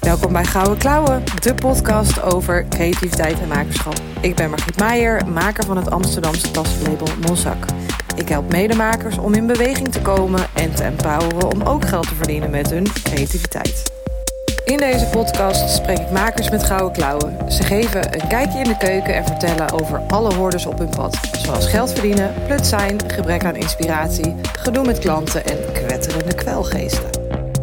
Welkom bij Gouden Klauwen, de podcast over creativiteit en makerschap. Ik ben Margriet Meijer, maker van het Amsterdamse tassenlabel Monzac. Ik help medemakers om in beweging te komen en te empoweren om ook geld te verdienen met hun creativiteit. In deze podcast spreek ik makers met gouden klauwen. Ze geven een kijkje in de keuken en vertellen over alle hordes op hun pad. Zoals geld verdienen, plut zijn, gebrek aan inspiratie, gedoe met klanten en kwetterende kwelgeesten.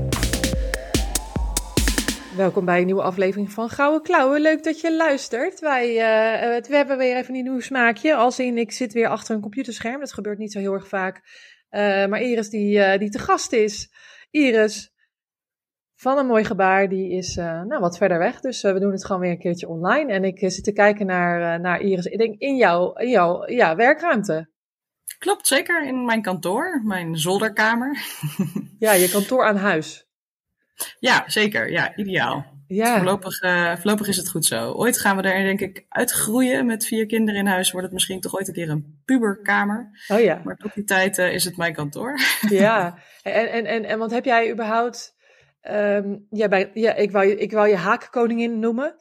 Welkom bij een nieuwe aflevering van Gouden Klauwen. Leuk dat je luistert. We hebben weer even een nieuw smaakje. Als in, ik zit weer achter een computerscherm. Dat gebeurt niet zo heel erg vaak. Maar Iris die te gast is. Iris van Een Mooi Gebaar, die is wat verder weg. Dus we doen het gewoon weer een keertje online. En ik zit te kijken naar Iris. Ik denk in jouw werkruimte. Klopt, zeker. In mijn kantoor. Mijn zolderkamer. Ja, je kantoor aan huis. Ja, zeker. Ja, ideaal. Ja. Voorlopig is het goed zo. Ooit gaan we er denk ik uitgroeien. Met 4 kinderen in huis wordt het misschien toch ooit een keer een puberkamer. Oh ja. Maar tot die tijd is het mijn kantoor. Ja, en want heb jij überhaupt... ik wou je haakkoningin noemen.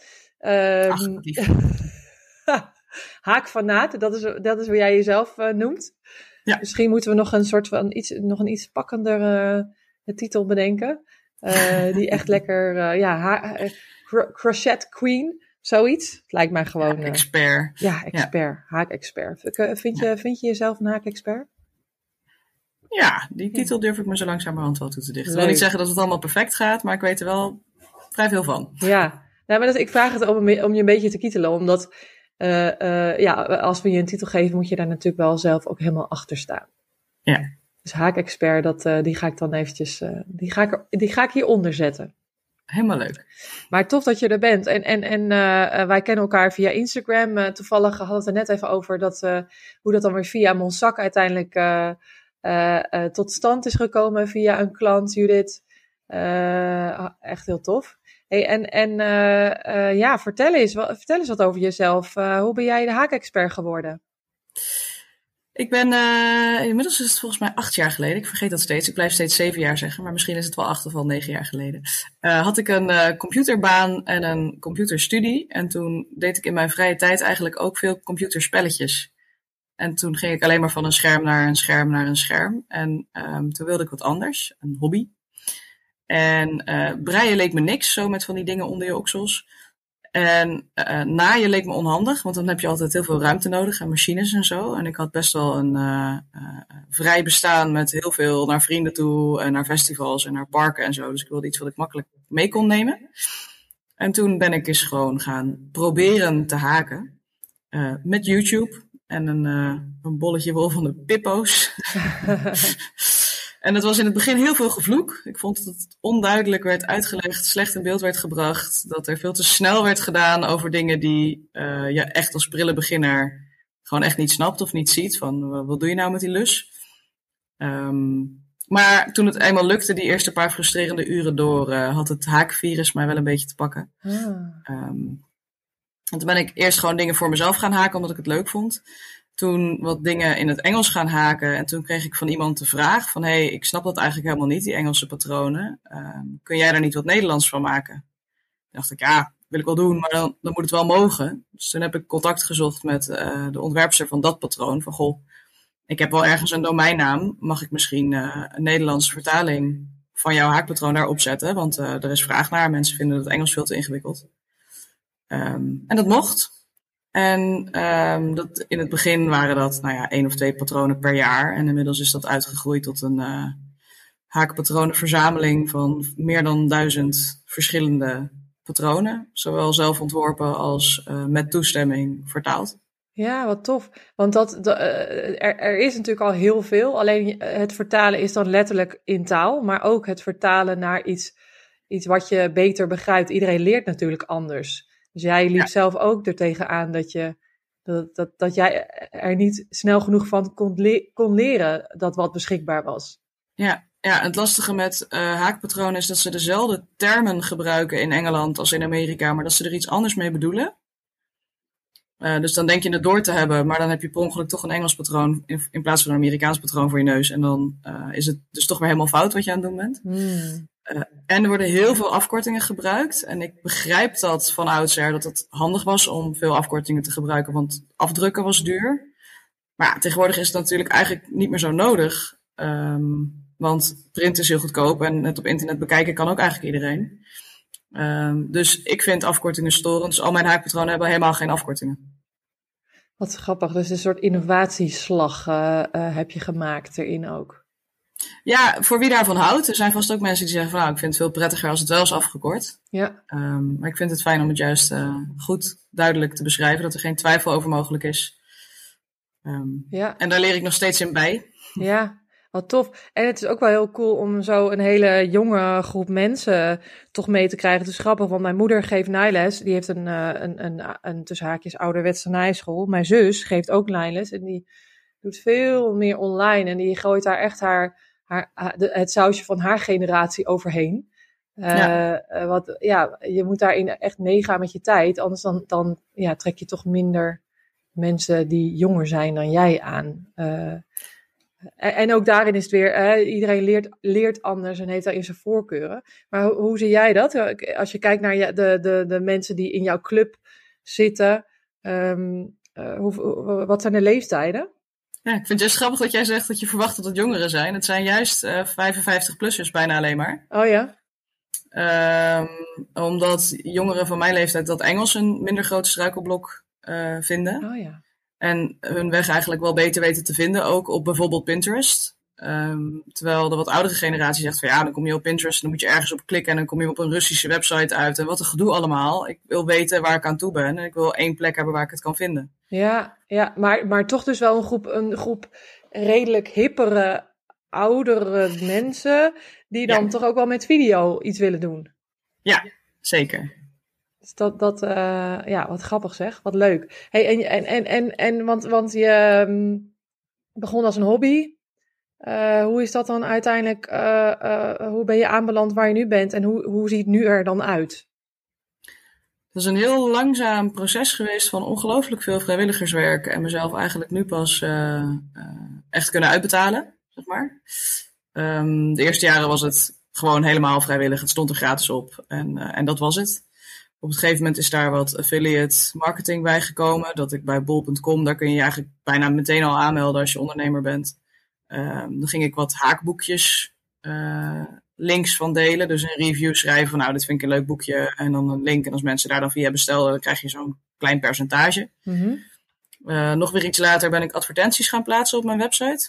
Haakfanaat, dat is hoe jij jezelf noemt. Ja. Misschien moeten we nog een soort van iets pakkender titel bedenken. Die echt lekker, crochet queen, zoiets. Het lijkt mij gewoon... expert. Expert, haakexpert. Vind je jezelf een haakexpert? Ja, die titel durf ik me zo langzamerhand wel toe te dichten. Ik wil niet zeggen dat het allemaal perfect gaat, maar ik weet er wel vrij veel van. Ja, maar ik vraag het om je een beetje te kietelen, omdat als we je een titel geven, moet je daar natuurlijk wel zelf ook helemaal achter staan. Ja. Dus haakexpert, die ga ik dan eventjes, die ga ik hieronder zetten. Helemaal leuk. Maar tof dat je er bent. En wij kennen elkaar via Instagram. Toevallig hadden we het er net even over hoe dat dan weer via Monzac uiteindelijk tot stand is gekomen via een klant, Judith. Echt heel tof. Hey, vertel eens wat over jezelf. Hoe ben jij de haakexpert geworden? Ik ben, inmiddels is het volgens mij 8 jaar geleden. Ik vergeet dat steeds. Ik blijf steeds 7 jaar zeggen, maar misschien is het wel 8 of wel 9 jaar geleden. Had ik een computerbaan en een computerstudie. En toen deed ik in mijn vrije tijd eigenlijk ook veel computerspelletjes. En toen ging ik alleen maar van een scherm naar een scherm naar een scherm. En toen wilde ik wat anders, een hobby. En breien leek me niks, zo met van die dingen onder je oksels. En naaien leek me onhandig, want dan heb je altijd heel veel ruimte nodig en machines en zo. En ik had best wel een vrij bestaan met heel veel naar vrienden toe en naar festivals en naar parken en zo. Dus ik wilde iets wat ik makkelijk mee kon nemen. En toen ben ik eens gewoon gaan proberen te haken met YouTube en een bolletje wol van de Pippo's. En dat was in het begin heel veel gevloek. Ik vond dat het onduidelijk werd uitgelegd, slecht in beeld werd gebracht. Dat er veel te snel werd gedaan over dingen die je echt als brillenbeginner gewoon echt niet snapt of niet ziet. Van, wat doe je nou met die lus? Maar toen het eenmaal lukte, die eerste paar frustrerende uren door, had het haakvirus mij wel een beetje te pakken. En toen ben ik eerst gewoon dingen voor mezelf gaan haken, omdat ik het leuk vond. Toen wat dingen in het Engels gaan haken. En toen kreeg ik van iemand de vraag van... Hey, ik snap dat eigenlijk helemaal niet, die Engelse patronen. Kun jij daar niet wat Nederlands van maken? Toen dacht ik, ja, wil ik wel doen, maar dan moet het wel mogen. Dus toen heb ik contact gezocht met de ontwerpster van dat patroon. Van, goh, ik heb wel ergens een domeinnaam. Mag ik misschien een Nederlandse vertaling van jouw haakpatroon daarop zetten? Want er is vraag naar. Mensen vinden het Engels veel te ingewikkeld. En dat mocht. En dat in het begin waren dat 1 of 2 patronen per jaar. En inmiddels is dat uitgegroeid tot een haakpatronenverzameling van meer dan 1000 verschillende patronen. Zowel zelf ontworpen als met toestemming vertaald. Ja, wat tof. Want er is natuurlijk al heel veel. Alleen het vertalen is dan letterlijk in taal. Maar ook het vertalen naar iets wat je beter begrijpt. Iedereen leert natuurlijk anders. Dus jij liep zelf ook er tegenaan dat jij er niet snel genoeg van kon leren dat wat beschikbaar was. Ja, het lastige met haakpatronen is dat ze dezelfde termen gebruiken in Engeland als in Amerika, maar dat ze er iets anders mee bedoelen. Dus dan denk je het door te hebben, maar dan heb je per ongeluk toch een Engels patroon in plaats van een Amerikaans patroon voor je neus. En dan is het dus toch weer helemaal fout wat je aan het doen bent. En er worden heel veel afkortingen gebruikt. En ik begrijp dat van oudsher dat het handig was om veel afkortingen te gebruiken, want afdrukken was duur. Maar ja, tegenwoordig is het natuurlijk eigenlijk niet meer zo nodig. Want print is heel goedkoop en het op internet bekijken kan ook eigenlijk iedereen. Dus ik vind afkortingen storend. Dus al mijn haakpatronen hebben helemaal geen afkortingen. Wat grappig, dus een soort innovatieslag heb je gemaakt erin ook. Ja, voor wie daarvan houdt. Er zijn vast ook mensen die zeggen van nou, ik vind het veel prettiger als het wel is afgekort. Ja. Maar ik vind het fijn om het juist goed duidelijk te beschrijven, dat er geen twijfel over mogelijk is. Ja. En daar leer ik nog steeds in bij. Ja, wat tof. En het is ook wel heel cool om zo een hele jonge groep mensen toch mee te krijgen. Het is grappig, want mijn moeder geeft naailes. Die heeft een tussen haakjes ouderwetse naaischool. Mijn zus geeft ook naailes en die doet veel meer online. En die gooit daar echt het sausje van haar generatie overheen. Je moet daarin echt meegaan met je tijd. Anders dan trek je toch minder mensen die jonger zijn dan jij aan. En ook daarin is het weer, iedereen leert anders en heeft daarin zijn voorkeuren. Maar hoe zie jij dat? Als je kijkt naar de mensen die in jouw club zitten, wat zijn de leeftijden? Ja, ik vind het juist grappig dat jij zegt dat je verwacht dat het jongeren zijn. Het zijn juist 55-plussers bijna alleen maar. Oh ja? Omdat jongeren van mijn leeftijd dat Engels een minder grote struikelblok vinden. Oh ja. En hun weg eigenlijk wel beter weten te vinden, ook op bijvoorbeeld Pinterest. Terwijl de wat oudere generatie zegt van ja, dan kom je op Pinterest, dan moet je ergens op klikken en dan kom je op een Russische website uit. En wat een gedoe allemaal. Ik wil weten waar ik aan toe ben en ik wil één plek hebben waar ik het kan vinden. Ja, maar toch dus wel een groep redelijk hippere, oudere mensen die dan toch ook wel met video iets willen doen. Ja, zeker. Dus wat grappig zeg, wat leuk. Hey, want je begon als een hobby. Hoe is dat dan uiteindelijk, hoe ben je aanbeland waar je nu bent en hoe ziet het nu er dan uit? Dat is een heel langzaam proces geweest van ongelooflijk veel vrijwilligerswerk en mezelf eigenlijk nu pas echt kunnen uitbetalen, zeg maar. De eerste jaren was het gewoon helemaal vrijwillig. Het stond er gratis op en dat was het. Op een gegeven moment is daar wat affiliate marketing bij gekomen. Dat ik bij bol.com, daar kun je eigenlijk bijna meteen al aanmelden als je ondernemer bent. Dan ging ik wat haakboekjes links van delen. Dus een review schrijven van nou, dit vind ik een leuk boekje. En dan een link. En als mensen daar dan via bestellen, dan krijg je zo'n klein percentage. Mm-hmm. Nog weer iets later ben ik advertenties gaan plaatsen op mijn website.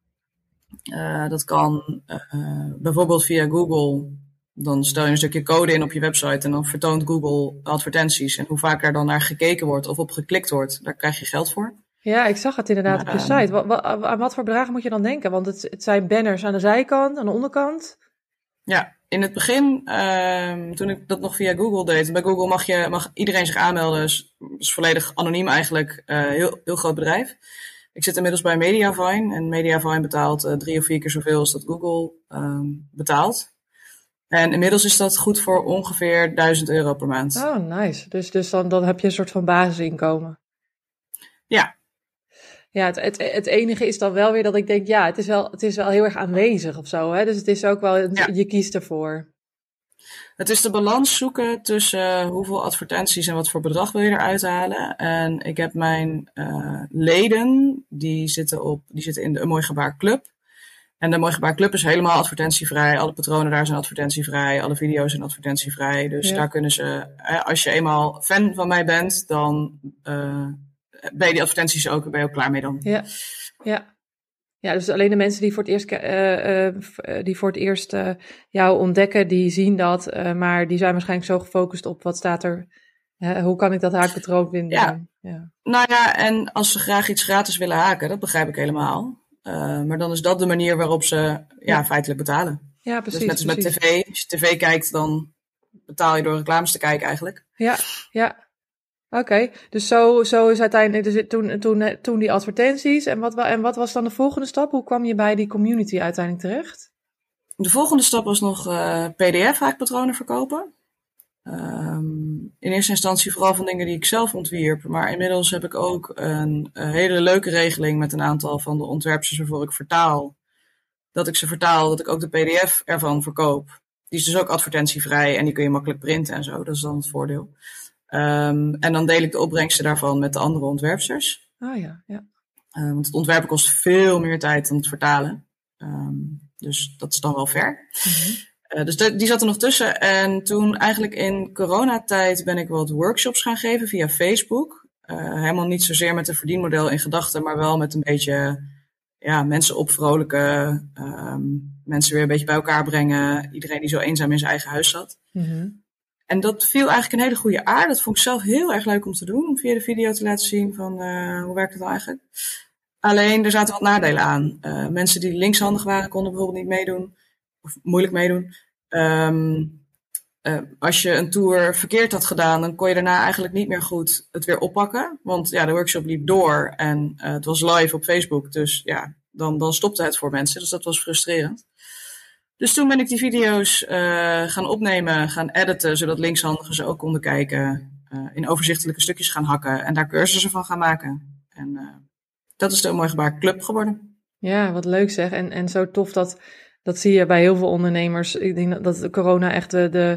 Dat kan bijvoorbeeld via Google. Dan stel je een stukje code in op je website en dan vertoont Google advertenties. En hoe vaak er dan naar gekeken wordt of op geklikt wordt, daar krijg je geld voor. Ja, ik zag het inderdaad op je site. Aan wat voor bedragen moet je dan denken? Want het zijn banners aan de zijkant, aan de onderkant. Ja, in het begin, toen ik dat nog via Google deed. Bij Google mag iedereen zich aanmelden. Dus volledig anoniem eigenlijk. Heel groot bedrijf. Ik zit inmiddels bij Mediavine. En Mediavine betaalt 3 of 4 keer zoveel als dat Google betaalt. En inmiddels is dat goed voor ongeveer €1000 per maand. Oh, nice. Dus dan heb je een soort van basisinkomen. Ja. Ja, het enige is dan wel weer dat ik denk, ja, het is wel heel erg aanwezig of zo. Hè? Dus het is ook wel, je kiest ervoor. Het is de balans zoeken tussen hoeveel advertenties en wat voor bedrag wil je eruit halen. En ik heb mijn leden, die zitten in de Een Mooi Gebaar Club. En de Mooi Gebaar Club is helemaal advertentievrij. Alle patronen daar zijn advertentievrij. Alle video's zijn advertentievrij. Dus daar kunnen ze, als je eenmaal fan van mij bent, dan ben je die advertenties ook, ben je ook klaar mee dan. Ja, dus alleen de mensen die voor het eerst jou ontdekken, die zien dat. Maar die zijn waarschijnlijk zo gefocust op wat staat er. Hoe kan ik dat haakpatroon vinden? Ja. Nou ja, en als ze graag iets gratis willen haken, dat begrijp ik helemaal. Maar dan is dat de manier waarop ze feitelijk betalen. Ja, precies. Dus net als met tv. Als je tv kijkt, dan betaal je door reclames te kijken eigenlijk. Ja. Oké, dus zo is uiteindelijk dus toen die advertenties. En wat was dan de volgende stap? Hoe kwam je bij die community uiteindelijk terecht? De volgende stap was nog PDF-haakpatronen verkopen. In eerste instantie vooral van dingen die ik zelf ontwierp. Maar inmiddels heb ik ook een hele leuke regeling met een aantal van de ontwerpers waarvoor ik vertaal. Dat ik ze vertaal, dat ik ook de PDF ervan verkoop. die is dus ook advertentievrij en die kun je makkelijk printen en zo. Dat is dan het voordeel. En dan deel ik de opbrengsten daarvan met de andere ontwerpsters. Oh ja, ja. Want het ontwerpen kost veel meer tijd dan het vertalen. Dus dat is dan wel fair. Mhm. Dus die zat er nog tussen. En toen eigenlijk in coronatijd ben ik wat workshops gaan geven via Facebook. Helemaal niet zozeer met een verdienmodel in gedachten, maar wel met een beetje mensen opvrolijken. Mensen weer een beetje bij elkaar brengen. Iedereen die zo eenzaam in zijn eigen huis zat. Mhm. En dat viel eigenlijk een hele goede aard. Dat vond ik zelf heel erg leuk om te doen. Om via de video te laten zien van hoe werkt het nou eigenlijk. Alleen, er zaten wat nadelen aan. Mensen die linkshandig waren, konden bijvoorbeeld niet meedoen. Of moeilijk meedoen. Als je een tour verkeerd had gedaan, dan kon je daarna eigenlijk niet meer goed het weer oppakken. Want de workshop liep door en het was live op Facebook. Dus dan stopte het voor mensen. Dus dat was frustrerend. Dus toen ben ik die video's gaan opnemen, gaan editen, zodat linkshandigen ze ook konden kijken. In overzichtelijke stukjes gaan hakken en daar cursussen van gaan maken. En dat is de Onmooigebaar Club geworden. Ja, wat leuk zeg. En zo tof dat zie je bij heel veel ondernemers. Ik denk dat corona echt de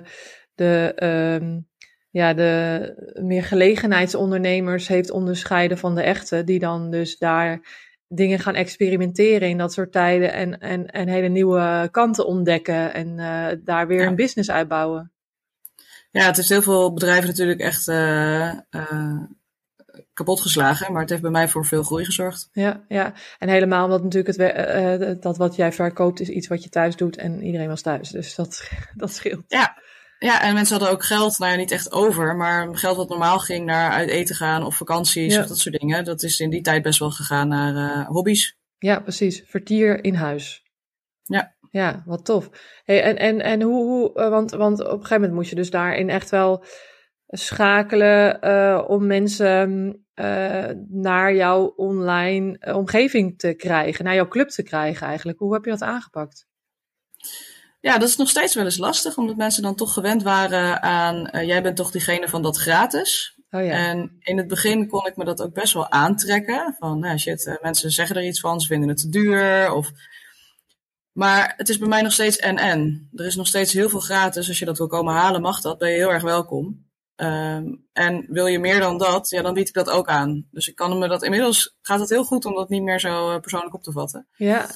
meer gelegenheidsondernemers heeft onderscheiden van de echte. Die dan dus daar dingen gaan experimenteren in dat soort tijden. En hele nieuwe kanten ontdekken. En daar weer een business uitbouwen. Ja, het heeft heel veel bedrijven natuurlijk echt kapot geslagen, maar het heeft bij mij voor veel groei gezorgd. Ja. En helemaal omdat natuurlijk dat wat jij verkoopt is iets wat je thuis doet en iedereen was thuis. Dus dat scheelt. Ja, en mensen hadden ook geld, niet echt over, maar geld wat normaal ging naar uit eten gaan of vakanties of dat soort dingen. Dat is in die tijd best wel gegaan naar hobby's. Ja, precies. Vertier in huis. Ja. Ja, wat tof. Hey, en hoe want op een gegeven moment moest je dus daarin echt wel schakelen om mensen naar jouw online omgeving te krijgen, naar jouw club te krijgen eigenlijk. Hoe heb je dat aangepakt? Ja, dat is nog steeds wel eens lastig, omdat mensen dan toch gewend waren aan, jij bent toch diegene van dat gratis. Oh ja. En in het begin kon ik me dat ook best wel aantrekken. Van, mensen zeggen er iets van, ze vinden het te duur. Maar het is bij mij nog steeds en. Er is nog steeds heel veel gratis. Als je dat wil komen halen, mag dat. Ben je heel erg welkom. En wil je meer dan dat, dan bied ik dat ook aan. Dus ik kan me dat inmiddels, gaat het heel goed om dat niet meer zo persoonlijk op te vatten. Ja.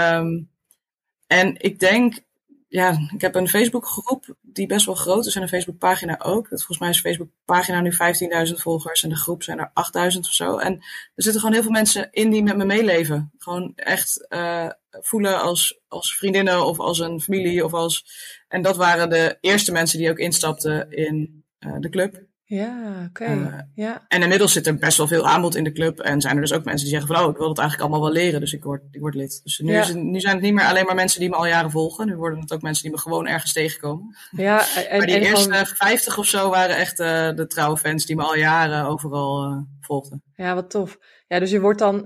En ik denk, ik heb een Facebookgroep die best wel groot is en een Facebookpagina ook. Volgens mij is de Facebookpagina nu 15.000 volgers en de groep zijn er 8.000 of zo. En er zitten gewoon heel veel mensen in die met me meeleven. Gewoon echt voelen als vriendinnen of als een familie. En dat waren de eerste mensen die ook instapten in de club. Ja, oké. En inmiddels zit er best wel veel aanbod in de club. En zijn er dus ook mensen die zeggen van, ik wil het eigenlijk allemaal wel leren. Dus ik word lid. Dus nu zijn het niet meer alleen maar mensen die me al jaren volgen. Nu worden het ook mensen die me gewoon ergens tegenkomen. Ja, maar die eerste 50 of zo waren echt de trouwe fans die me al jaren overal volgden. Ja, wat tof. Ja, dus je wordt dan,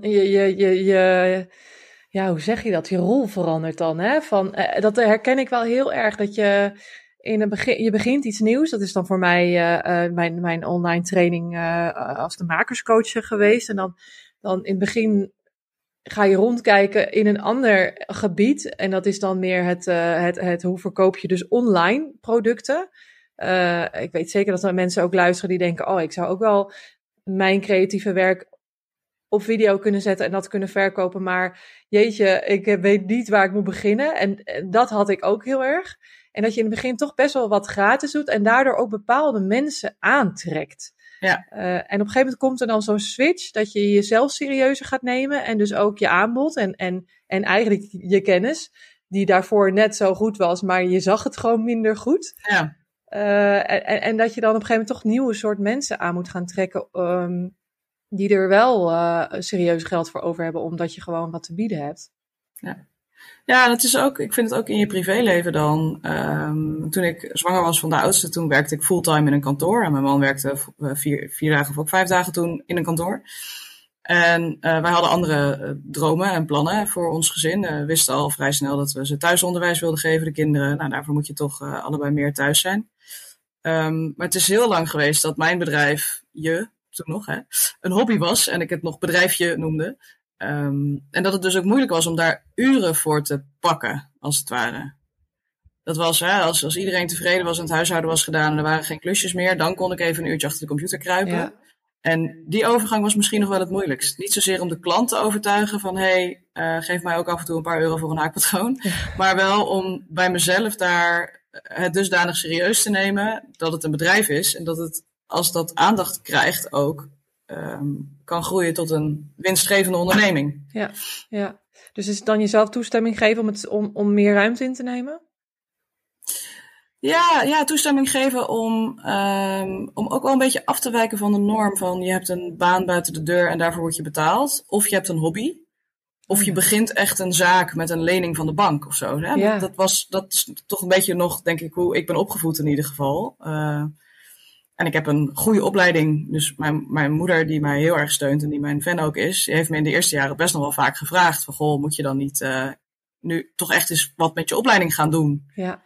hoe zeg je dat? Je rol verandert dan, hè? Dat herken ik wel heel erg, dat je je begint iets nieuws. Dat is dan voor mij mijn online training als de makerscoach geweest. En dan in het begin ga je rondkijken in een ander gebied. En dat is dan meer het hoe verkoop je dus online producten. Ik weet zeker dat er mensen ook luisteren die denken, ik zou ook wel mijn creatieve werk op video kunnen zetten en dat kunnen verkopen. Maar jeetje, ik weet niet waar ik moet beginnen. En dat had ik ook heel erg. En dat je in het begin toch best wel wat gratis doet en daardoor ook bepaalde mensen aantrekt. Ja. En op een gegeven moment komt er dan zo'n switch dat je jezelf serieuzer gaat nemen en dus ook je aanbod en eigenlijk je kennis, die daarvoor net zo goed was, maar je zag het gewoon minder goed. Ja. En dat je dan op een gegeven moment toch nieuwe soort mensen aan moet gaan trekken die er wel serieus geld voor over hebben, omdat je gewoon wat te bieden hebt. Ja, dat is ook, ik vind het ook in je privéleven dan. Toen ik zwanger was van de oudste, toen werkte ik fulltime in een kantoor. En mijn man werkte 4 dagen of ook 5 dagen toen in een kantoor. En wij hadden andere dromen en plannen voor ons gezin. We wisten al vrij snel dat we ze thuisonderwijs wilden geven, de kinderen. Nou, daarvoor moet je toch allebei meer thuis zijn. Maar het is heel lang geweest dat mijn bedrijf, toen nog, een hobby was. En ik het nog bedrijfje noemde. En dat het dus ook moeilijk was om daar uren voor te pakken, als het ware. Dat was, als iedereen tevreden was en het huishouden was gedaan en er waren geen klusjes meer, dan kon ik even een uurtje achter de computer kruipen. Ja. En die overgang was misschien nog wel het moeilijkst. Niet zozeer om de klant te overtuigen van, geef mij ook af en toe een paar euro voor een haakpatroon. Ja. Maar wel om bij mezelf daar het dusdanig serieus te nemen dat het een bedrijf is. En dat het, als dat aandacht krijgt, ook kan groeien tot een winstgevende onderneming. Ja. Dus is het dan jezelf toestemming geven om meer ruimte in te nemen? Ja, toestemming geven om ook wel een beetje af te wijken van de norm van je hebt een baan buiten de deur en daarvoor word je betaald. Of je hebt een hobby. Of je begint echt een zaak met een lening van de bank of zo. Hè? Ja. Dat is toch een beetje nog, denk ik, hoe ik ben opgevoed in ieder geval. En ik heb een goede opleiding. Dus mijn moeder, die mij heel erg steunt en die mijn fan ook is, die heeft me in de eerste jaren best nog wel vaak gevraagd van, goh, moet je dan niet nu toch echt eens wat met je opleiding gaan doen? Ja.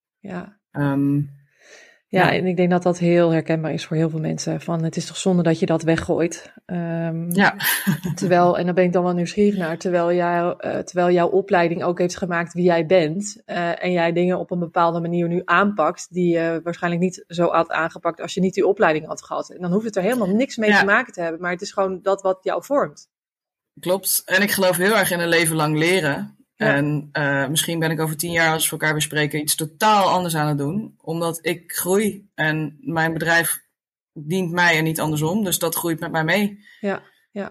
En ik denk dat dat heel herkenbaar is voor heel veel mensen. Van, het is toch zonde dat je dat weggooit. Terwijl, en daar ben ik dan wel nieuwsgierig naar, terwijl jouw opleiding ook heeft gemaakt wie jij bent. En jij dingen op een bepaalde manier nu aanpakt, die je waarschijnlijk niet zo had aangepakt als je niet die opleiding had gehad. En dan hoeft het er helemaal niks mee te maken te hebben, maar het is gewoon dat wat jou vormt. Klopt. En ik geloof heel erg in een leven lang leren. Ja. En misschien ben ik over 10 jaar, als we elkaar weer spreken, iets totaal anders aan het doen. Omdat ik groei en mijn bedrijf dient mij en niet andersom. Dus dat groeit met mij mee. Ja.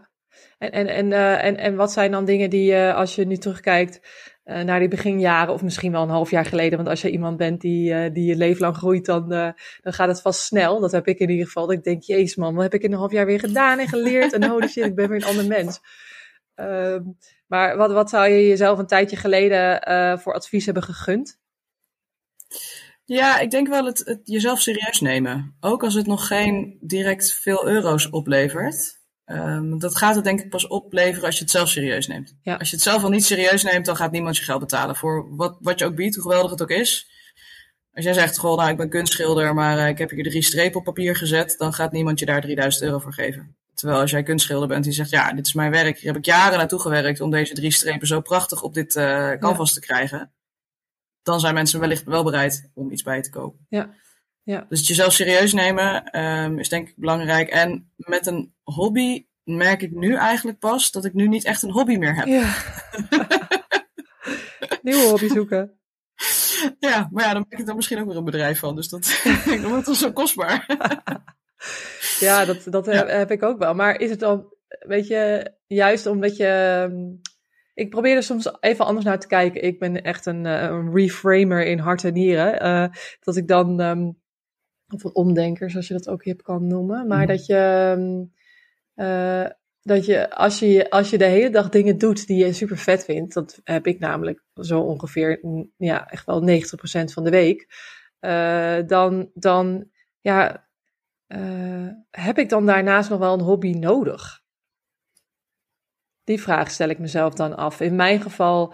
En wat zijn dan dingen die als je nu terugkijkt naar die beginjaren, of misschien wel een half jaar geleden. Want als je iemand bent die je leven lang groeit, dan gaat het vast snel. Dat heb ik in ieder geval. Dat ik denk, jezus man, wat heb ik in een half jaar weer gedaan en geleerd? En holy shit, ik ben weer een ander mens. Maar wat zou je jezelf een tijdje geleden voor advies hebben gegund? Ja, ik denk wel het jezelf serieus nemen. Ook als het nog geen direct veel euro's oplevert. Dat gaat het denk ik pas opleveren als je het zelf serieus neemt. Ja. Als je het zelf al niet serieus neemt, dan gaat niemand je geld betalen. Voor wat je ook biedt, hoe geweldig het ook is. Als jij zegt, goh, nou ik ben kunstschilder, maar ik heb hier 3 strepen op papier gezet. Dan gaat niemand je daar 3000 euro voor geven. Terwijl als jij kunstschilder bent die zegt, ja, dit is mijn werk. Hier heb ik jaren naartoe gewerkt om deze 3 strepen zo prachtig op dit canvas te krijgen. Dan zijn mensen wellicht wel bereid om iets bij te kopen. Ja. Dus het jezelf serieus nemen is denk ik belangrijk. En met een hobby merk ik nu eigenlijk pas dat ik nu niet echt een hobby meer heb. Ja. Nieuwe hobby zoeken. Ja, maar dan maak ik er misschien ook weer een bedrijf van. Dus dat wordt wel zo kostbaar. Ja, dat heb ik ook wel. Maar is het dan, weet je, juist omdat je... Ik probeer er soms even anders naar te kijken. Ik ben echt een reframer in hart en nieren. Dat ik dan, of een omdenker, zoals je dat ook hip kan noemen. Maar dat je als je de hele dag dingen doet die je super vet vindt. Dat heb ik namelijk zo ongeveer, echt wel 90% van de week. Dan heb ik dan daarnaast nog wel een hobby nodig? Die vraag stel ik mezelf dan af. In mijn geval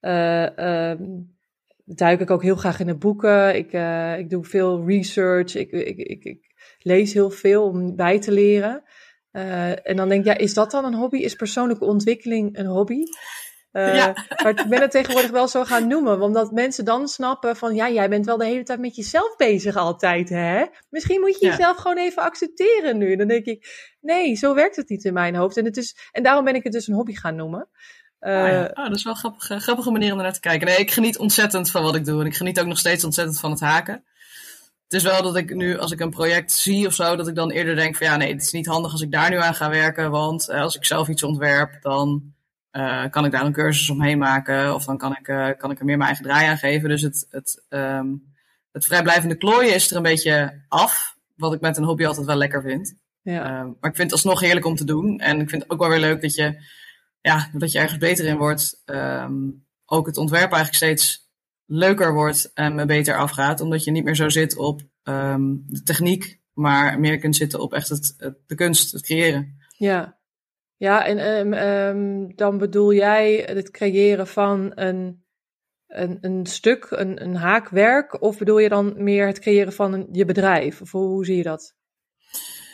duik ik ook heel graag in de boeken. Ik doe veel research. Ik lees heel veel om bij te leren. En dan denk ik, is dat dan een hobby? Is persoonlijke ontwikkeling een hobby? Maar ik ben het tegenwoordig wel zo gaan noemen. Omdat mensen dan snappen van, jij bent wel de hele tijd met jezelf bezig altijd, hè? Misschien moet je jezelf gewoon even accepteren nu. Dan denk ik, nee, zo werkt het niet in mijn hoofd. En daarom ben ik het dus een hobby gaan noemen. Dat is wel een grappige manier om er naar te kijken. Nee, ik geniet ontzettend van wat ik doe. En ik geniet ook nog steeds ontzettend van het haken. Het is wel dat ik nu, als ik een project zie of zo, dat ik dan eerder denk van, het is niet handig als ik daar nu aan ga werken. Want als ik zelf iets ontwerp, dan kan ik daar een cursus omheen maken. Of dan kan ik er meer mijn eigen draai aan geven. Dus het vrijblijvende klooien is er een beetje af. Wat ik met een hobby altijd wel lekker vind. Ja. Maar ik vind het alsnog heerlijk om te doen. En ik vind het ook wel weer leuk dat je ergens beter in wordt. Ook het ontwerp eigenlijk steeds leuker wordt en me beter afgaat. Omdat je niet meer zo zit op de techniek. Maar meer kunt zitten op echt de kunst, het creëren. Ja. Ja, en dan bedoel jij het creëren van een stuk, een haakwerk? Of bedoel je dan meer het creëren van je bedrijf? Of hoe zie je dat?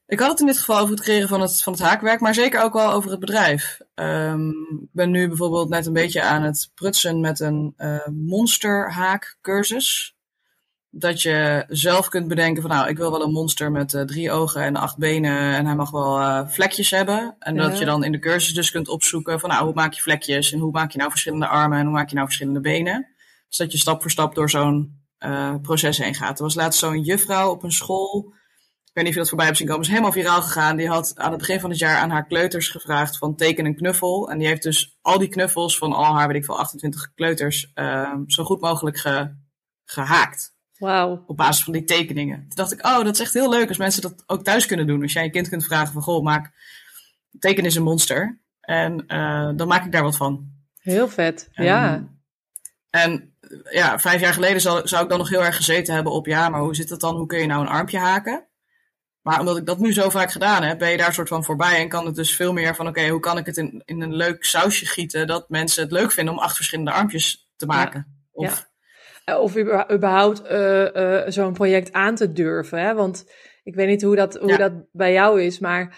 Ik had het in dit geval over het creëren van het haakwerk, maar zeker ook wel over het bedrijf. Ik ben nu bijvoorbeeld net een beetje aan het prutsen met een monsterhaakcursus. Dat je zelf kunt bedenken van nou, ik wil wel een monster met 3 ogen en 8 benen en hij mag wel vlekjes hebben. En dat je dan in de cursus dus kunt opzoeken van nou, hoe maak je vlekjes en hoe maak je nou verschillende armen en hoe maak je nou verschillende benen. Dus dat je stap voor stap door zo'n proces heen gaat. Er was laatst zo'n juffrouw op een school, ik weet niet of je dat voorbij hebt zien komen, is helemaal viraal gegaan. Die had aan het begin van het jaar aan haar kleuters gevraagd van teken een knuffel. En die heeft dus al die knuffels van al haar, weet ik veel, 28 kleuters zo goed mogelijk gehaakt. Wauw. Op basis van die tekeningen. Toen dacht ik, dat is echt heel leuk als mensen dat ook thuis kunnen doen. Als jij je kind kunt vragen van, goh, teken is een monster. En dan maak ik daar wat van. Heel vet, ja. En ja, 5 jaar geleden zou ik dan nog heel erg gezeten hebben op, ja, maar hoe zit het dan? Hoe kun je nou een armpje haken? Maar omdat ik dat nu zo vaak gedaan heb, ben je daar soort van voorbij. En kan het dus veel meer van, oké, hoe kan ik het in een leuk sausje gieten, dat mensen het leuk vinden om 8 verschillende armpjes te maken? Ja. Of überhaupt zo'n project aan te durven. Hè? Want ik weet niet hoe dat bij jou is, maar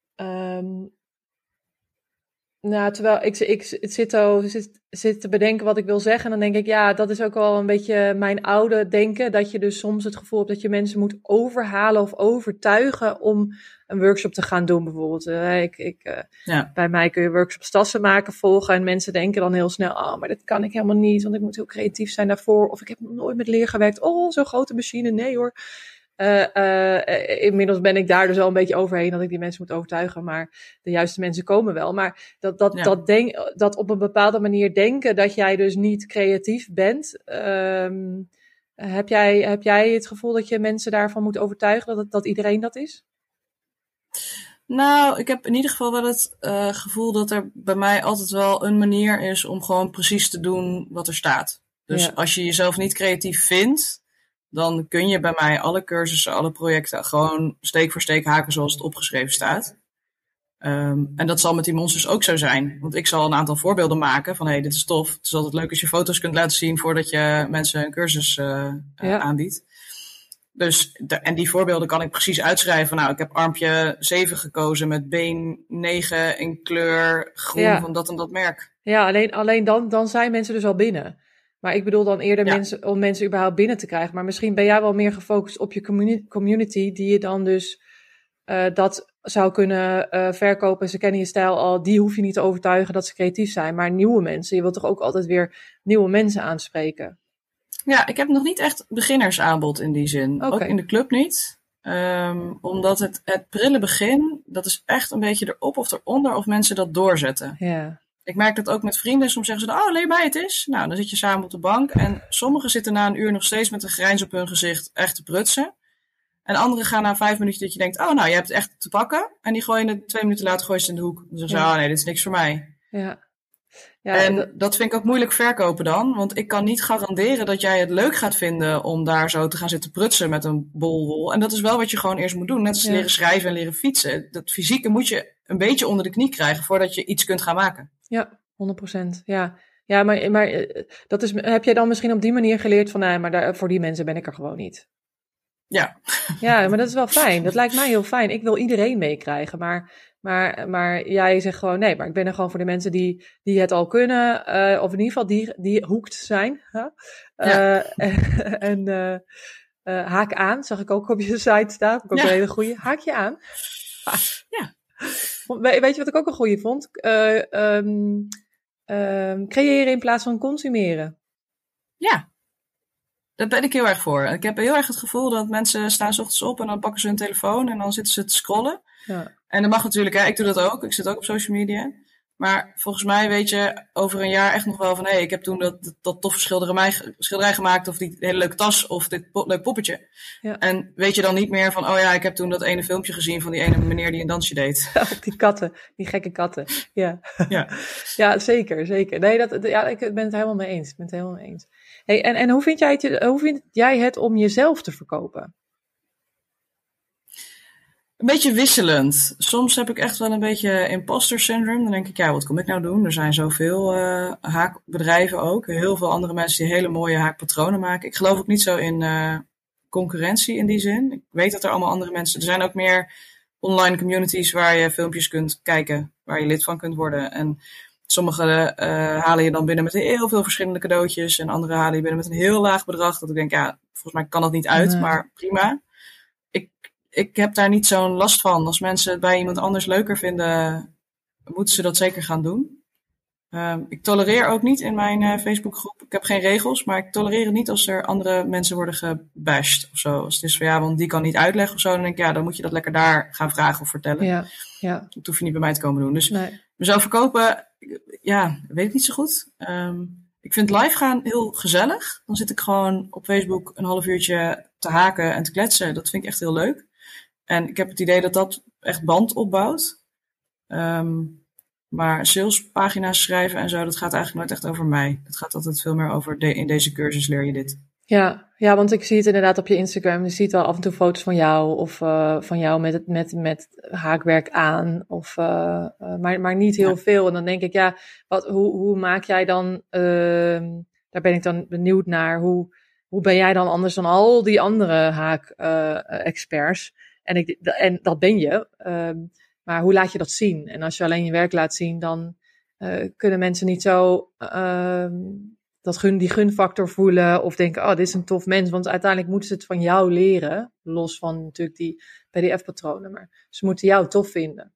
terwijl ik zit te bedenken wat ik wil zeggen, en dan denk ik, ja, dat is ook wel een beetje mijn oude denken, dat je dus soms het gevoel hebt dat je mensen moet overhalen of overtuigen om een workshop te gaan doen, bijvoorbeeld. Bij mij kun je workshops tassen maken, volgen, en mensen denken dan heel snel, maar dat kan ik helemaal niet, want ik moet heel creatief zijn daarvoor, of ik heb nog nooit met leer gewerkt, zo'n grote machine, nee hoor. Inmiddels ben ik daar dus al een beetje overheen dat ik die mensen moet overtuigen, maar de juiste mensen komen wel. Maar dat op een bepaalde manier denken dat jij dus niet creatief bent, heb jij het gevoel dat je mensen daarvan moet overtuigen dat iedereen dat is? Nou, ik heb in ieder geval wel het gevoel dat er bij mij altijd wel een manier is om gewoon precies te doen wat er staat. Dus als je jezelf niet creatief vindt, dan kun je bij mij alle cursussen, alle projecten gewoon steek voor steek haken zoals het opgeschreven staat. En dat zal met die monsters ook zo zijn. Want ik zal een aantal voorbeelden maken van, dit is tof. Het is altijd leuk als je foto's kunt laten zien voordat je mensen een cursus aanbiedt. Dus, en die voorbeelden kan ik precies uitschrijven. Nou, ik heb armpje 7 gekozen met been 9 in kleur groen van dat en dat merk. Ja, alleen dan zijn mensen dus al binnen. Maar ik bedoel dan eerder om mensen überhaupt binnen te krijgen. Maar misschien ben jij wel meer gefocust op je community, die je dan dus dat zou kunnen verkopen. Ze kennen je stijl al, die hoef je niet te overtuigen dat ze creatief zijn. Maar nieuwe mensen, je wilt toch ook altijd weer nieuwe mensen aanspreken? Ja, ik heb nog niet echt beginnersaanbod in die zin. Okay. Ook in de club niet. Omdat het prille begin, dat is echt een beetje erop of eronder of mensen dat doorzetten. Ja. Ik merk dat ook met vrienden. Soms zeggen ze, leer mij het eens. Nou, dan zit je samen op de bank. En sommigen zitten na een uur nog steeds met een grijns op hun gezicht echt te prutsen. En anderen gaan na 5 minuten dat je denkt, je hebt het echt te pakken. En die gooien het 2 minuten later in de hoek. Dan zeggen ze, nee, dit is niks voor mij. Ja. En dat vind ik ook moeilijk verkopen dan. Want ik kan niet garanderen dat jij het leuk gaat vinden om daar zo te gaan zitten prutsen met een bol wol. En dat is wel wat je gewoon eerst moet doen. Net als leren schrijven en leren fietsen. Dat fysieke moet je een beetje onder de knie krijgen voordat je iets kunt gaan maken. Ja, 100%. Ja, maar dat is, heb jij dan misschien op die manier geleerd van, maar voor die mensen ben ik er gewoon niet? Ja. Ja, maar dat is wel fijn. Dat lijkt mij heel fijn. Ik wil iedereen meekrijgen, maar jij zegt gewoon, nee, maar ik ben er gewoon voor de mensen die het al kunnen, of in ieder geval die hooked zijn. Huh? Haak aan, zag ik ook op je site staan. Ook een hele goeie. Haak je aan. Ja. Weet je wat ik ook een goeie vond? Creëren in plaats van consumeren. Ja. Daar ben ik heel erg voor. Ik heb heel erg het gevoel dat mensen staan 's ochtends op en dan pakken ze hun telefoon en dan zitten ze te scrollen. Ja. En dat mag natuurlijk, ik doe dat ook. Ik zit ook op social media. Maar volgens mij weet je over een jaar echt nog wel van, ik heb toen dat toffe schilderij gemaakt, of die hele leuke tas, of dit leuk poppetje. Ja. En weet je dan niet meer van, ik heb toen dat ene filmpje gezien van die ene meneer die een dansje deed. Of die katten, die gekke katten. Ja, ja zeker. Nee, ik ben het helemaal mee eens. Hey, en hoe vind jij het om jezelf te verkopen? Een beetje wisselend. Soms heb ik echt wel een beetje imposter syndrome. Dan denk ik, wat kom ik nou doen? Er zijn zoveel haakbedrijven ook. Heel veel andere mensen die hele mooie haakpatronen maken. Ik geloof ook niet zo in concurrentie in die zin. Ik weet dat er allemaal andere mensen... Er zijn ook meer online communities waar je filmpjes kunt kijken, waar je lid van kunt worden. En sommige halen je dan binnen met heel veel verschillende cadeautjes en andere halen je binnen met een heel laag bedrag. Dat ik denk, ja, volgens mij kan dat niet uit, maar prima. Ik heb daar niet zo'n last van. Als mensen het bij iemand anders leuker vinden, moeten ze dat zeker gaan doen. Ik tolereer ook niet in mijn Facebookgroep. Ik heb geen regels, maar ik tolereer het niet als er andere mensen worden gebashed of zo. Als het is van ja, want die kan niet uitleggen of zo, dan denk ik ja, dan moet je dat lekker daar gaan vragen of vertellen. Ja. Dat hoef je niet bij mij te komen doen. Dus Nee. mezelf verkopen, ja, weet ik niet zo goed. Ik vind live gaan heel gezellig. Dan zit ik gewoon op Facebook een half uurtje te haken en te kletsen. Dat vind ik echt heel leuk. En ik heb het idee dat dat echt band opbouwt. Maar salespagina's schrijven en zo, dat gaat eigenlijk nooit echt over mij. Het gaat altijd veel meer over, in deze cursus leer je dit. Ja, want ik zie het inderdaad op je Instagram. Je ziet wel af en toe foto's van jou of van jou met haakwerk aan. Maar niet heel veel. En dan denk ik, ja, hoe maak jij dan, daar ben ik dan benieuwd naar, hoe ben jij dan anders dan al die andere haak-experts? En dat ben je. Maar hoe laat je dat zien? En als je alleen je werk laat zien, dan kunnen mensen niet zo die gunfactor voelen of denken, oh, dit is een tof mens. Want uiteindelijk moeten ze het van jou leren, los van natuurlijk die PDF-patronen. Maar ze moeten jou tof vinden.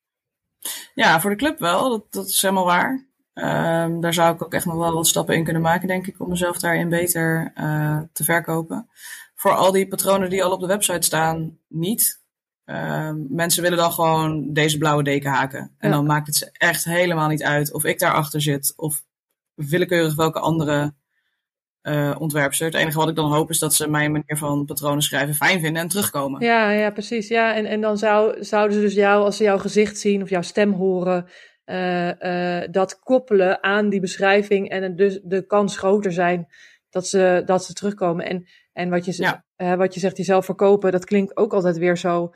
Ja, voor de club wel. Dat is helemaal waar. Daar zou ik ook echt nog wel wat stappen in kunnen maken, denk ik, om mezelf daarin beter te verkopen. Voor al die patronen die al op de website staan, niet. Mensen willen dan gewoon deze blauwe deken haken. En dan maakt het ze echt helemaal niet uit of ik daarachter zit of willekeurig welke andere ontwerpster. Het enige wat ik dan hoop is dat ze mijn manier van patronen schrijven fijn vinden en terugkomen. Ja, precies. Ja, en dan zouden ze dus jou, als ze jouw gezicht zien of jouw stem horen, dat koppelen aan die beschrijving en dus de kans groter zijn dat ze terugkomen. En wat je zegt, jezelf verkopen, dat klinkt ook altijd weer zo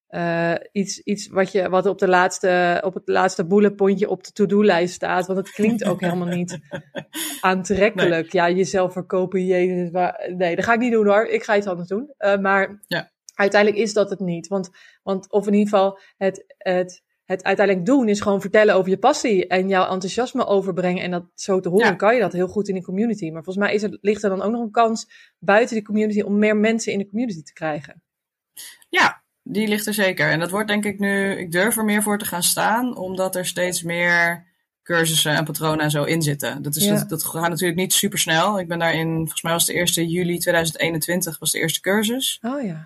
iets wat op het laatste bulletpointje op de to-do-lijst staat. Want het klinkt ook helemaal niet aantrekkelijk. Nee. Ja, jezelf verkopen, jezus. Nee, dat ga ik niet doen hoor. Ik ga iets anders doen. Maar uiteindelijk is dat het niet. Want of in ieder geval het uiteindelijk doen is gewoon vertellen over je passie en jouw enthousiasme overbrengen en dat zo te horen, kan je dat heel goed in de community. Maar volgens mij ligt er dan ook nog een kans buiten die community om meer mensen in de community te krijgen. Ja, die ligt er zeker. En dat wordt denk ik nu, ik durf er meer voor te gaan staan, omdat er steeds meer cursussen en patronen en zo in zitten. Dat gaat natuurlijk niet super snel. Ik ben daarin, volgens mij was de eerste juli 2021 was de eerste cursus. Oh ja.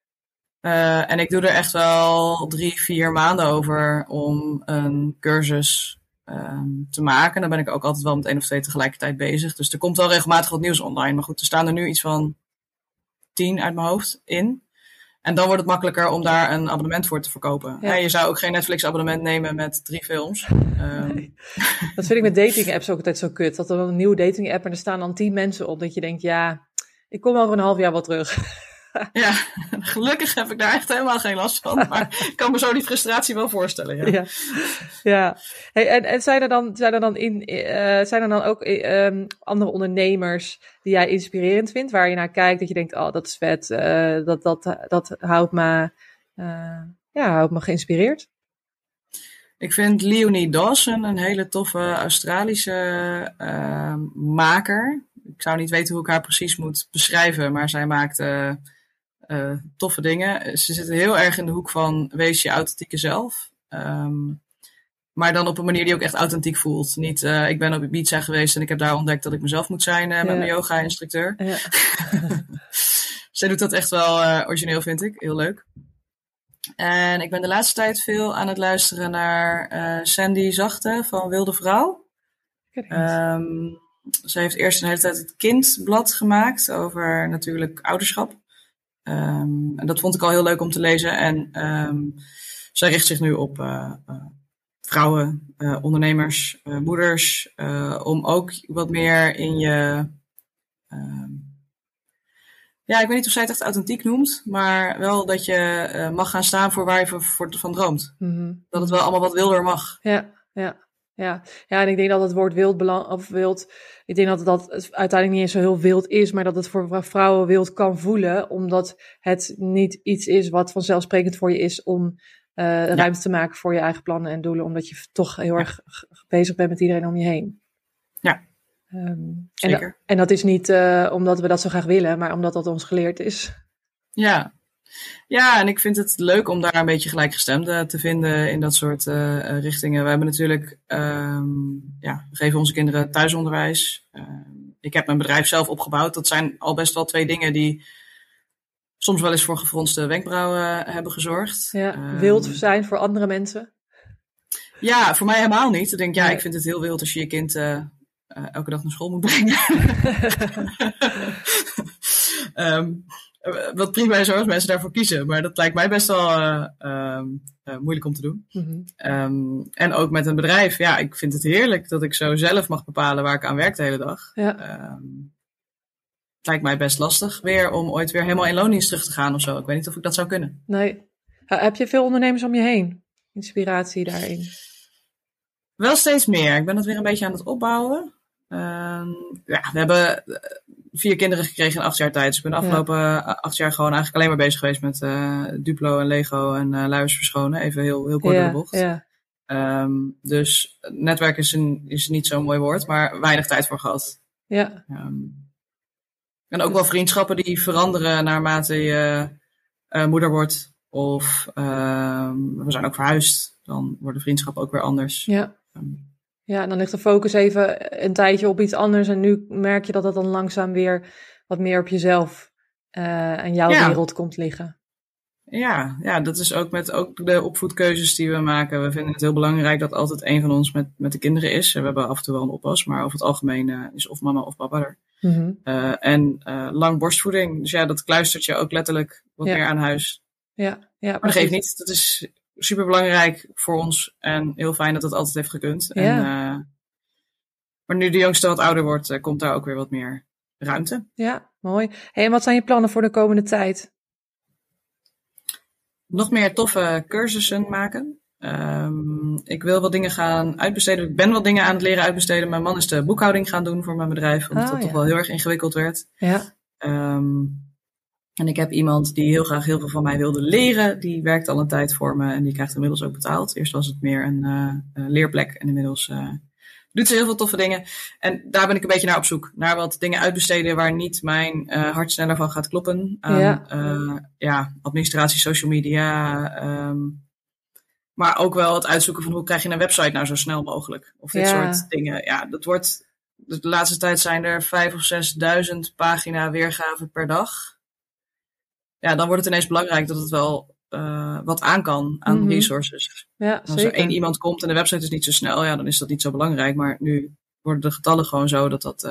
En ik doe er echt wel 3-4 maanden over om een cursus te maken. Dan ben ik ook altijd wel met 1 of 2 tegelijkertijd bezig. Dus er komt wel regelmatig wat nieuws online. Maar goed, er staan er nu iets van 10 uit mijn hoofd in. En dan wordt het makkelijker om daar een abonnement voor te verkopen. Ja. Je zou ook geen Netflix-abonnement nemen met 3 films. Nee. Dat vind ik met dating-apps ook altijd zo kut. Dat er dan een nieuwe dating-app en er staan dan 10 mensen op. Dat je denkt, ja, ik kom over een half jaar wel terug. Ja, gelukkig heb ik daar echt helemaal geen last van. Maar ik kan me zo die frustratie wel voorstellen. Ja. Hey, en zijn er dan ook andere ondernemers die jij inspirerend vindt, waar je naar kijkt, dat je denkt, oh, dat is vet, dat houdt me geïnspireerd? Ik vind Leonie Dawson een hele toffe Australische maker. Ik zou niet weten hoe ik haar precies moet beschrijven, maar zij maakt toffe dingen. Ze zitten heel erg in de hoek van wees je authentieke zelf. Maar dan op een manier die ook echt authentiek voelt. Niet, ik ben op Ibiza geweest en ik heb daar ontdekt dat ik mezelf moet zijn met mijn yoga-instructeur. Ja. Zij doet dat echt wel origineel, vind ik. Heel leuk. En ik ben de laatste tijd veel aan het luisteren naar Sandy Zachte van Wilde Vrouw. Zij heeft eerst een hele tijd het Kindblad gemaakt over natuurlijk ouderschap. En dat vond ik al heel leuk om te lezen. En zij richt zich nu op vrouwen, ondernemers, moeders. Om ook wat meer in je... ik weet niet of zij het echt authentiek noemt. Maar wel dat je mag gaan staan voor waar je van droomt. Mm-hmm. Dat het wel allemaal wat wilder mag. Ja. Ja, en ik denk dat het woord wild, ik denk dat uiteindelijk niet eens zo heel wild is, maar dat het voor vrouwen wild kan voelen, omdat het niet iets is wat vanzelfsprekend voor je is om ruimte te maken voor je eigen plannen en doelen, omdat je toch heel erg bezig bent met iedereen om je heen. Ja, zeker. En dat is niet omdat we dat zo graag willen, maar omdat dat ons geleerd is. Ja, en ik vind het leuk om daar een beetje gelijkgestemden te vinden in dat soort richtingen. We hebben natuurlijk, we geven onze kinderen thuisonderwijs. Ik heb mijn bedrijf zelf opgebouwd. Dat zijn al best wel 2 dingen die soms wel eens voor gefronste wenkbrauwen hebben gezorgd. Ja, wild zijn voor andere mensen. Ja, voor mij helemaal niet. Ik denk, ik vind het heel wild als je je kind elke dag naar school moet brengen. Wat prima is als mensen daarvoor kiezen. Maar dat lijkt mij best wel moeilijk om te doen. Mm-hmm. En ook met een bedrijf. Ja, ik vind het heerlijk dat ik zo zelf mag bepalen waar ik aan werk de hele dag. Ja. Het lijkt mij best lastig weer om ooit weer helemaal in loondienst terug te gaan of zo. Ik weet niet of ik dat zou kunnen. Nee. Heb je veel ondernemers om je heen? Inspiratie daarin? Wel steeds meer. Ik ben dat weer een beetje aan het opbouwen. We hebben 4 kinderen gekregen in 8 jaar tijd. Dus ik ben de afgelopen 8 jaar gewoon eigenlijk alleen maar bezig geweest met Duplo en Lego en luiers verschonen. Even heel kort door de bocht. Ja. Dus netwerk is niet zo'n mooi woord, maar weinig tijd voor gehad. Ja. En ook wel vriendschappen die veranderen naarmate je moeder wordt. Of we zijn ook verhuisd. Dan worden vriendschappen ook weer anders. Ja. Ja, en dan ligt de focus even een tijdje op iets anders. En nu merk je dat het dan langzaam weer wat meer op jezelf en jouw wereld komt liggen. Ja, dat is ook met de opvoedkeuzes die we maken. We vinden het heel belangrijk dat altijd een van ons met de kinderen is. We hebben af en toe wel een oppas, maar over het algemeen is of mama of papa er. Mm-hmm. En lang borstvoeding. Dus ja, dat kluistert je ook letterlijk wat meer aan huis. Ja, maar dat geeft niet. Dat is super belangrijk voor ons. En heel fijn dat het altijd heeft gekund. Ja. Maar nu de jongste wat ouder wordt, komt daar ook weer wat meer ruimte. Ja, mooi. Hey, en wat zijn je plannen voor de komende tijd? Nog meer toffe cursussen maken. Ik wil wat dingen gaan uitbesteden. Ik ben wat dingen aan het leren uitbesteden. Mijn man is de boekhouding gaan doen voor mijn bedrijf. Omdat dat toch wel heel erg ingewikkeld werd. Ja. En ik heb iemand die heel graag heel veel van mij wilde leren. Die werkt al een tijd voor me en die krijgt inmiddels ook betaald. Eerst was het meer een leerplek en inmiddels doet ze heel veel toffe dingen. En daar ben ik een beetje naar op zoek. Naar wat dingen uitbesteden waar niet mijn hart sneller van gaat kloppen. Administratie, social media. Maar ook wel het uitzoeken van hoe krijg je een website nou zo snel mogelijk. Of dit soort dingen. Ja, dat wordt... De laatste tijd zijn er 5.000 of 6.000 pagina weergaven per dag. Ja, dan wordt het ineens belangrijk dat het wel wat aan kan aan resources. Ja, als er 1 iemand komt en de website is niet zo snel, ja, dan is dat niet zo belangrijk. Maar nu worden de getallen gewoon zo dat dat...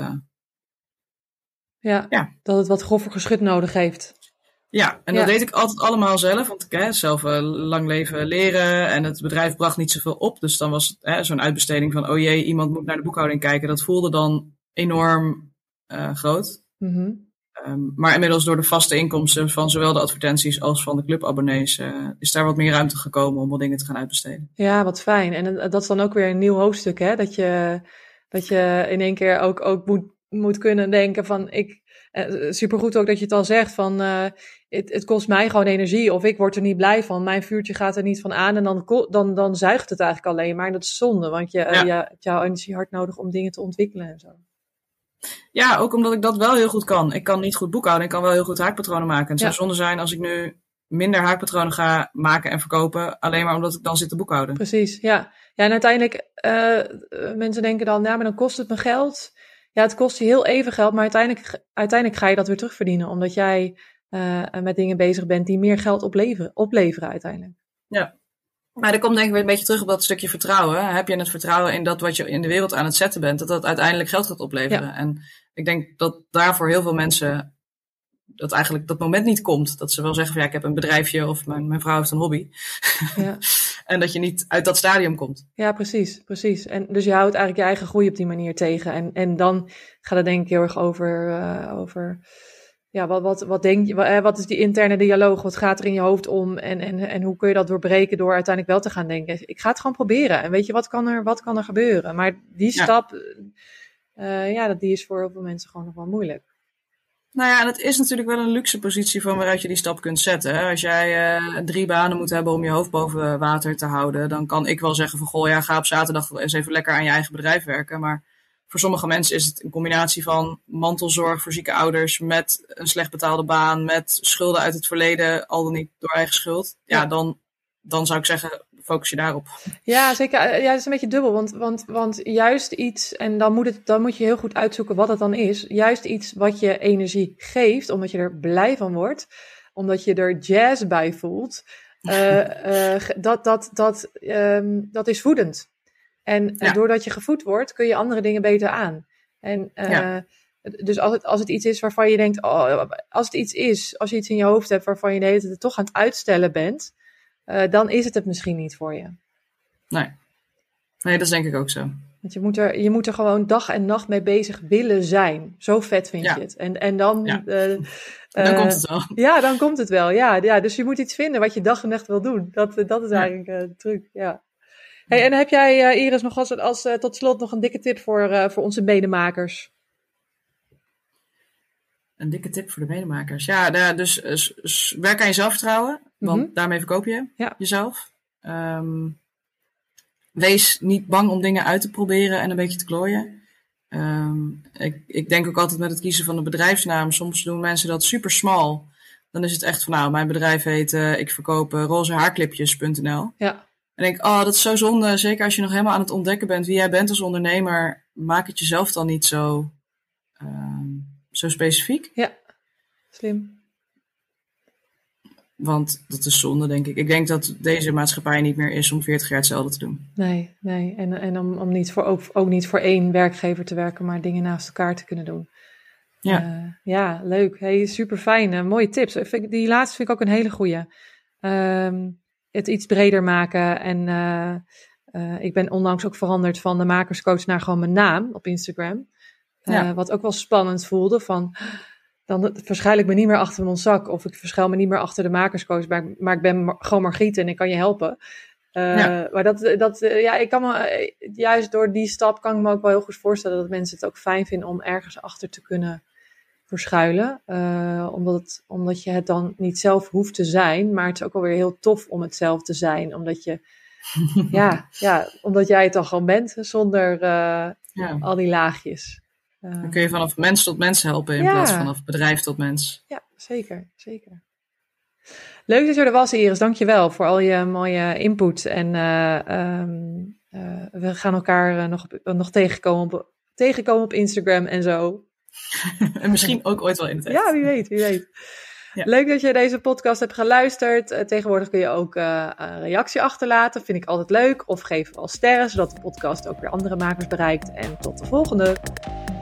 dat het wat groffer geschut nodig heeft. Ja, en dat deed ik altijd allemaal zelf. Want ik heb zelf lang leven leren en het bedrijf bracht niet zoveel op. Dus dan was het zo'n uitbesteding van, oh jee, iemand moet naar de boekhouding kijken. Dat voelde dan enorm groot. Mm-hmm. Maar inmiddels door de vaste inkomsten van zowel de advertenties als van de clubabonnees is daar wat meer ruimte gekomen om wat dingen te gaan uitbesteden. Ja, wat fijn. En dat is dan ook weer een nieuw hoofdstuk, hè? Dat je in één keer ook moet kunnen denken van supergoed ook dat je het al zegt van het kost mij gewoon energie of ik word er niet blij van. Mijn vuurtje gaat er niet van aan en dan zuigt het eigenlijk alleen maar. En dat is zonde, want je hebt jouw energie hard nodig om dingen te ontwikkelen en zo. Ja, ook omdat ik dat wel heel goed kan. Ik kan niet goed boekhouden, ik kan wel heel goed haakpatronen maken. Het zou zonde zijn als ik nu minder haakpatronen ga maken en verkopen, alleen maar omdat ik dan zit te boekhouden. Precies, ja. Ja, en uiteindelijk, mensen denken dan, maar dan kost het me geld. Ja, het kost je heel even geld, maar uiteindelijk ga je dat weer terugverdienen, omdat jij met dingen bezig bent die meer geld opleveren uiteindelijk. Ja. Maar dat komt denk ik weer een beetje terug op dat stukje vertrouwen. Heb je het vertrouwen in dat wat je in de wereld aan het zetten bent, dat dat uiteindelijk geld gaat opleveren? Ja. En ik denk dat daar voor heel veel mensen dat eigenlijk dat moment niet komt. Dat ze wel zeggen van ik heb een bedrijfje of mijn vrouw heeft een hobby. Ja. En dat je niet uit dat stadium komt. Ja, precies. En dus je houdt eigenlijk je eigen groei op die manier tegen. En dan gaat het denk ik heel erg over wat denk je, wat is die interne dialoog? Wat gaat er in je hoofd om? En hoe kun je dat doorbreken door uiteindelijk wel te gaan denken? Ik ga het gewoon proberen. En weet je, wat kan er gebeuren? Maar die stap, die is voor heel veel mensen gewoon nog wel moeilijk. Nou ja, en het is natuurlijk wel een luxe positie van waaruit je die stap kunt zetten. Hè? Als jij 3 banen moet hebben om je hoofd boven water te houden, dan kan ik wel zeggen van, goh, ja, ga op zaterdag eens even lekker aan je eigen bedrijf werken. Maar voor sommige mensen is het een combinatie van mantelzorg voor zieke ouders met een slecht betaalde baan, met schulden uit het verleden, al dan niet door eigen schuld. Ja, dan zou ik zeggen, focus je daarop. Ja, zeker. Ja, het is een beetje dubbel, want juist iets, en dan moet je heel goed uitzoeken wat het dan is. Juist iets wat je energie geeft, omdat je er blij van wordt, omdat je er jazz bij voelt, dat is voedend. En doordat je gevoed wordt, kun je andere dingen beter aan. En dus als het iets is waarvan je denkt, als je iets in je hoofd hebt waarvan je de hele tijd toch aan het uitstellen bent, dan is het misschien niet voor je. Nee, dat is denk ik ook zo. Want je moet er gewoon dag en nacht mee bezig willen zijn. Zo vet vind je het. En dan... dan komt het wel. Ja, dan komt het wel. Ja, dus je moet iets vinden wat je dag en nacht wil doen. Dat is eigenlijk de truc, ja. Hey, en heb jij, Iris, nog als tot slot nog een dikke tip voor onze medemakers? Een dikke tip voor de medemakers. Ja, dus werk aan je zelfvertrouwen. Want daarmee verkoop je jezelf. Wees niet bang om dingen uit te proberen en een beetje te klooien. Ik denk ook altijd met het kiezen van de bedrijfsnaam. Soms doen mensen dat super smal. Dan is het echt van, mijn bedrijf heet, ik verkoop rozehaarclipjes.nl. Ja. En denk, dat is zo zonde. Zeker als je nog helemaal aan het ontdekken bent wie jij bent als ondernemer. Maak het jezelf dan niet zo specifiek. Ja, slim. Want dat is zonde, denk ik. Ik denk dat deze maatschappij niet meer is om 40 jaar hetzelfde te doen. Nee. En om niet ook niet voor één werkgever te werken, maar dingen naast elkaar te kunnen doen. Ja, leuk. Hey, super fijn. Mooie tips. Die laatste vind ik ook een hele goeie. Het iets breder maken. En ik ben onlangs ook veranderd van de makerscoach naar gewoon mijn naam op Instagram. Wat ook wel spannend voelde van, dan verschuil ik me niet meer achter mijn zak of ik verschuil me niet meer achter de makerscoach, maar ik ben gewoon Margriet en ik kan je helpen. Maar ik kan me, juist door die stap kan ik me ook wel heel goed voorstellen dat mensen het ook fijn vinden om ergens achter te kunnen verschuilen. Omdat je het dan niet zelf hoeft te zijn, maar het is ook alweer heel tof om het zelf te zijn, omdat je omdat jij het dan gewoon bent zonder al die laagjes. Dan kun je vanaf mens tot mens helpen in plaats van vanaf bedrijf tot mens. Ja, zeker. Leuk dat je er was, Iris. Dank je wel voor al je mooie input. En we gaan elkaar nog tegenkomen op Instagram en zo. En misschien ook ooit wel in het echt. Ja, wie weet. Ja. Leuk dat je deze podcast hebt geluisterd. Tegenwoordig kun je ook een reactie achterlaten. Vind ik altijd leuk. Of geef al sterren, zodat de podcast ook weer andere makers bereikt. En tot de volgende.